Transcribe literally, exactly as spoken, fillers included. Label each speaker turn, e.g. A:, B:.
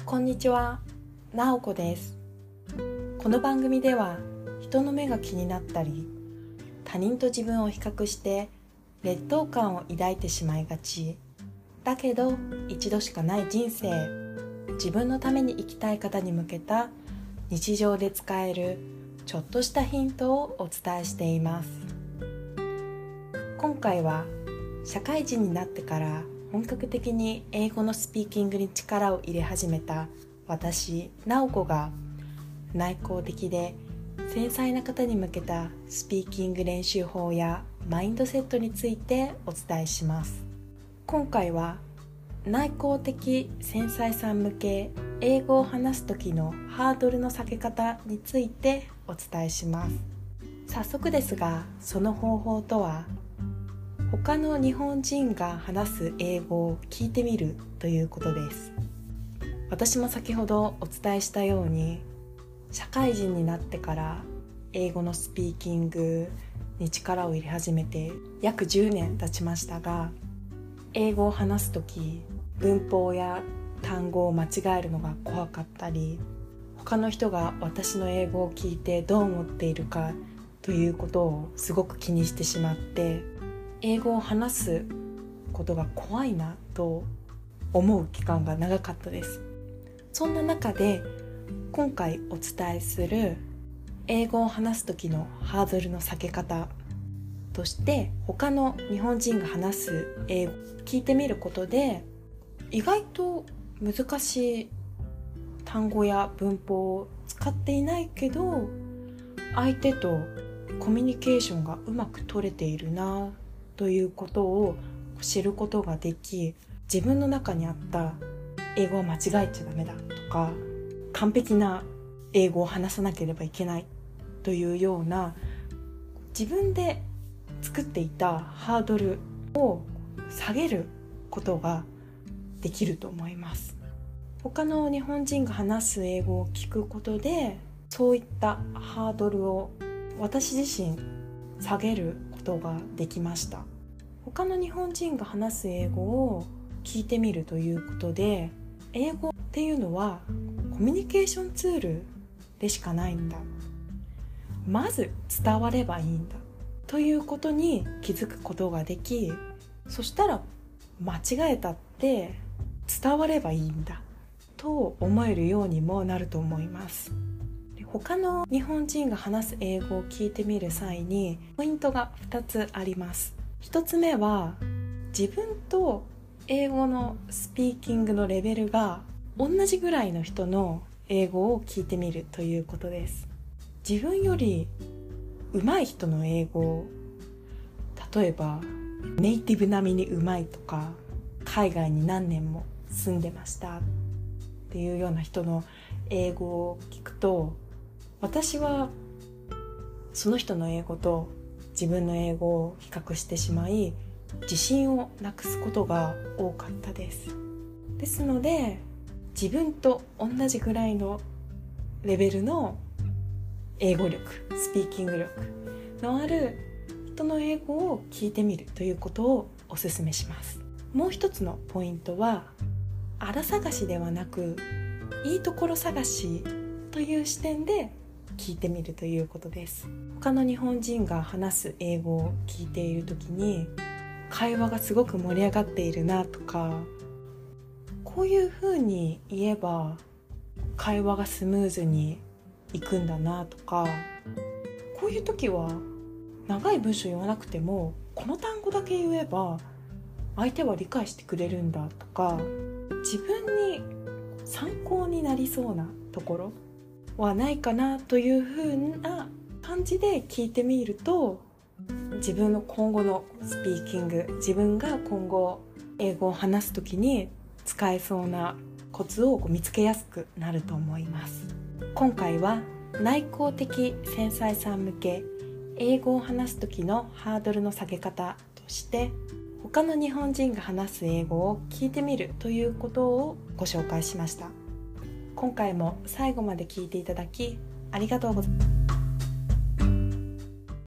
A: こんにちは、なおこです。この番組では人の目が気になったり、他人と自分を比較して劣等感を抱いてしまいがちだけど一度しかない人生、自分のために生きたい方に向けた日常で使えるちょっとしたヒントをお伝えしています。今回は社会人になってから本格的に英語のスピーキングに力を入れ始めた私、なおこが内向的で繊細な方に向けたスピーキング練習法やマインドセットについてお伝えします。今回は内向的繊細さん向け英語を話す時のハードルの避け方についてお伝えします。早速ですが、その方法とは他の日本人が話す英語を聞いてみるということです。私も先ほどお伝えしたように、社会人になってから英語のスピーキングに力を入れ始めて約じゅうねん経ちましたが、英語を話すとき文法や単語を間違えるのが怖かったり、他の人が私の英語を聞いてどう思っているかということをすごく気にしてしまって、英語を話すことが怖いなと思う期間が長かったです。そんな中で今回お伝えする英語を話す時のハードルの避け方として、他の日本人が話す英語を聞いてみることで、意外と難しい単語や文法を使っていないけど相手とコミュニケーションがうまく取れているなということを知ることができ、自分の中にあった英語を間違えちゃダメだとか、完璧な英語を話さなければいけないというような自分で作っていたハードルを下げることができると思います。他の日本人が話す英語を聞くことで、そういったハードルを私自身下げることができました。他の日本人が話す英語を聞いてみるということで、英語っていうのはコミュニケーションツールでしかないんだ、まず伝わればいいんだということに気づくことができ、そしたら間違えたって伝わればいいんだと思えるようにもなると思います。他の日本人が話す英語を聞いてみる際にポイントがふたつあります。ひとつめは、自分と英語のスピーキングのレベルが同じぐらいの人の英語を聞いてみるということです。自分より上手い人の英語、例えばネイティブ並みに上手いとか、海外に何年も住んでましたっていうような人の英語を聞くと、私はその人の英語と自分の英語を比較してしまい、自信をなくすことが多かったです。ですので、自分と同じぐらいのレベルの英語力、スピーキング力のある人の英語を聞いてみるということをお勧めします。もう一つのポイントは、あら探しではなくいいところ探しという視点で聞いてみるということです。他の日本人が話す英語を聞いているときに、会話がすごく盛り上がっているなとか、こういう風に言えば会話がスムーズにいくんだなとか、こういう時は長い文章言わなくてもこの単語だけ言えば相手は理解してくれるんだとか、自分に参考になりそうなところはないかなという風な感じで聞いてみると、自分の今後のスピーキング、自分が今後英語を話すときに使えそうなコツを見つけやすくなると思います。今回は内向的繊細さん向け英語を話すときのハードルの下げ方として、他の日本人が話す英語を聞いてみるということをご紹介しました。今回も最後まで聞いていただきありがとうございます。